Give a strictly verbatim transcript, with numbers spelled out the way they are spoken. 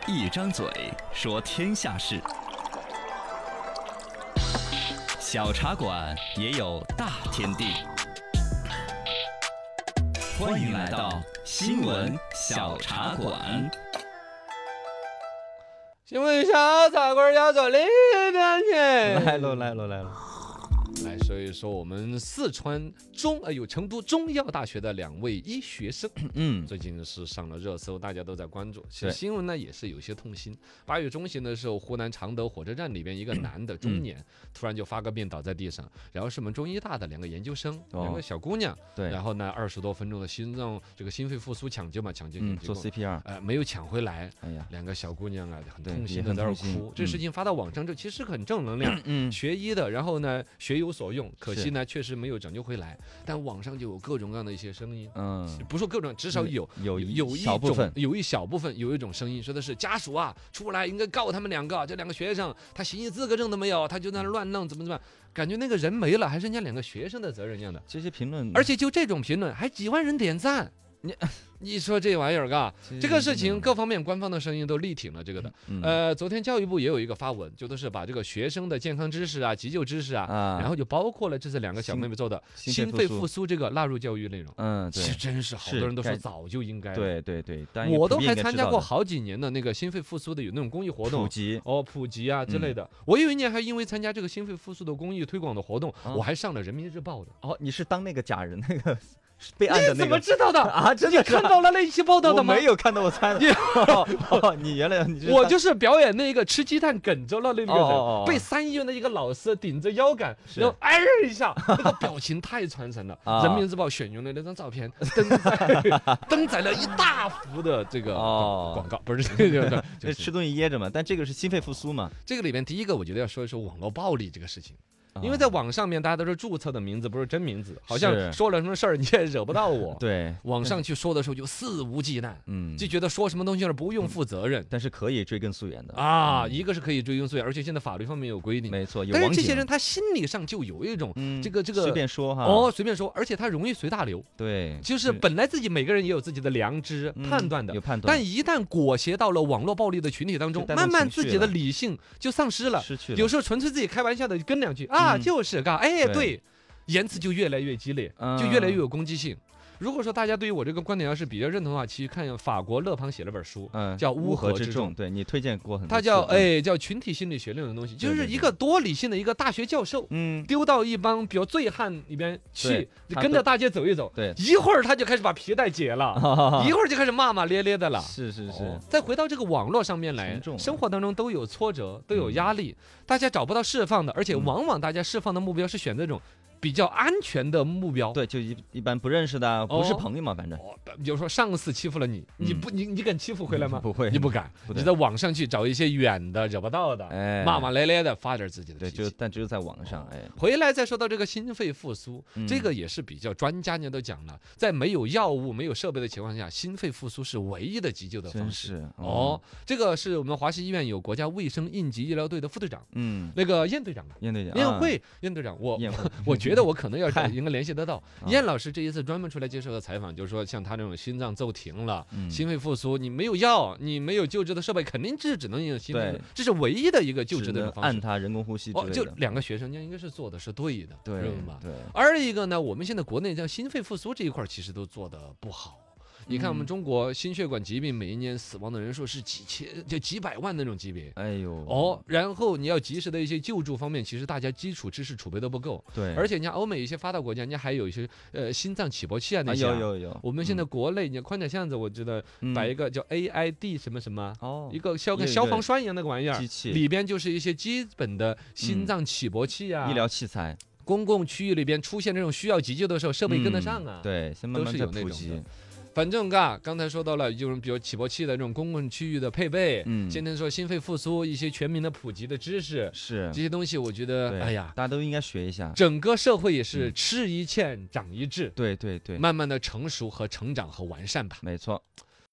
一张嘴说天下事，小茶馆也有大天地。欢迎来到新闻小茶馆。 新闻小茶馆要走里边去。 来喽来喽来喽！ 来说一说我们四川中呃有成都中医药大学的两位医学生， 嗯， 最近是上了热搜，大家都在关注。其实对新闻呢也是有些痛心。八月中旬的时候，湖南常德火车站里边一个男的中年、突然就发个病倒在地上，然后是我们中医大的两个研究生， 哦两个小姑娘， 对， 然后呢二十多分钟的心脏这个心肺复苏抢救嘛，抢救嗯，做结果 C P R， 呃没有抢回来。 哎呀， 两个小姑娘啊，很对痛心也的在那儿很痛心哭。这嗯事情发到网上之后，其实很正能量。 嗯， 学医的，然后呢，学有所用，可惜是呢，确实没有拯救回来。但网上就有各种各样的一些声音， 嗯， 不说各种，至少有有有一种小部分， 有一小部分有一种声音说的是家属啊出来应该告他们两个，这两个学生他行医资格证都没有，他就在那乱弄，怎么怎么样，感觉那个人没了，还是人家两个学生的责任一样的。 这些评论， 而且就这种评论还几万人点赞，你你说这玩意儿嘎，这个事情各方面官方的声音都力挺了这个的。 嗯呃，昨天教育部也有一个发文，就都是把这个学生的健康知识啊、急救知识啊， 啊， 然后就包括了这次两个小妹妹做的心心肺复肺复苏这个纳入教育内容。 嗯，对其实真是好多人都说早就应该了。 对对对，当然普遍我都还应该知道的参加过好几年的那个心肺复苏的有那种公益活动。 普及， 哦，普及啊之类嗯的。我有一年还因为参加这个心肺复苏的公益推广的活动， 啊我还上了人民日报的。 哦，你是当那个假人那个备案的你怎么那个知道的？ 啊？真你的是啊看到了那一期报道的吗？ 我没有看到，我猜的。 你哦哦，你原来你是当我就是表演那个吃鸡蛋梗着了那个人， 哦哦哦被三医院的一个老师顶着腰杆， 是然后哎一下，那个表情太传神了。 啊人民日报选用的那张照片登在登载了一大幅的这个哦广告，不是这个，就是这吃东西噎着嘛？但这个是心肺复苏嘛？ 这个里面第一个，我觉得要说一说网络暴力这个事情。因为啊在网上面，大家都是注册的名字，不是真名字，好像是说了什么事儿你也惹不到我。 对， 网上去说的时候就肆无忌惮， 嗯， 就觉得说什么东西儿不用负责任但是可以追根溯源的， 啊。 嗯一个是可以追根溯源，而且现在法律方面有规定。 没错。有但是网警这些人他心理上就有一种嗯这个这个随便说哈， 哦随便说，而且他容易随大流， 对， 就是本来自己每个人也有自己的良知嗯判断的有，判断， 但一旦裹挟到了网络暴力的群体当中就，带动慢慢自己的情绪了理性就丧失了。 失去了， 有时候纯粹自己开玩笑的跟两句啊， 嗯就是嘎，哎对对，言辞就越来越激烈，就越来越嗯有攻击性。如果说大家对于我这个观点要是比较认同的话，其实看法国勒庞写了本书， 嗯叫乌乌合之合之众， 众对你推荐过很多次， 它叫嗯， 哎叫群体心理学那种东西，就对对对是一个多理性的一个大学教授。 嗯， 丢到一帮比如醉汉里边去对，他都跟着大街走一走， 对， 一会儿他就开始把皮带解了，一会儿就开始骂骂咧咧的了。 是是是哦，再回到这个网络上面来沉重，啊生活当中都有挫折，都有嗯压力，大家找不到释放的，而且嗯往往大家释放的目标是选这种比较安全的目标。 对，就一一般不认识的，不是哦朋友嘛，反正哦，比如说上司欺负了你，你嗯不你你敢欺负回来吗？ 不会， 你不敢， 不对你在网上去找一些远的惹不到的， 哎， 骂骂咧咧的发点自己的对， 脾气。 就但只有在网上，哎， 回来再说到这个心肺复苏， 嗯这个也是比较专家人都讲了，在没有药物、没有设备的情况下，心肺复苏是唯一的急救的真方式。 是哦，，这个是我们华西医院有国家卫生应急医疗队的副队长， 嗯， 那个燕队长。 燕队长，啊， 燕慧，燕队长，我燕会， 我觉得我可能要嗨应该联系得到啊燕老师这一次专门出来接受的采访，就是说像他这种心脏骤停了。 嗯心肺复苏，你没有药，你没有救治的设备，肯定是只能用心肺对复苏，这是唯一的一个救治只能的一个方式。 按他人工呼吸之哦，就类的， 两个学生家应该是做的是对的， 对知道吗？ 对， 而一个呢，我们现在国内像心肺复苏这一块儿其实都做的不好。你看我们嗯中国心血管疾病每一年死亡的人数是几千就几百万那种级别。 哎呦， 哦，然后你要及时的一些救助方面，其实大家基础知识储备都不够， 对， 而且你看欧美一些发达国家，人家还有一些呃心脏起搏器啊那啊些啊。 有有有， 我们现在嗯国内，你看宽窄巷子，我知道嗯摆一个叫 A I D 什么什么， 哦一个消跟有一个消防栓一样那个玩意儿机，器里边就是一些基本的心嗯脏起搏器啊， 医疗器材， 公共区域里边出现这种需要急救的时候，设备跟得上啊。 嗯，对，先慢慢再都是有那种普及的，反正嘎，刚才说到了，就是比如起搏器的这种公共区域的配备， 嗯今天说心肺复苏一些全民的普及的知识， 是这，些东西，我觉得， 对， 哎呀， 大家都应该学一下， 整个社会也是嗯吃一堑长一智， 对对对， 慢慢的成熟和成长和完善吧。 没错。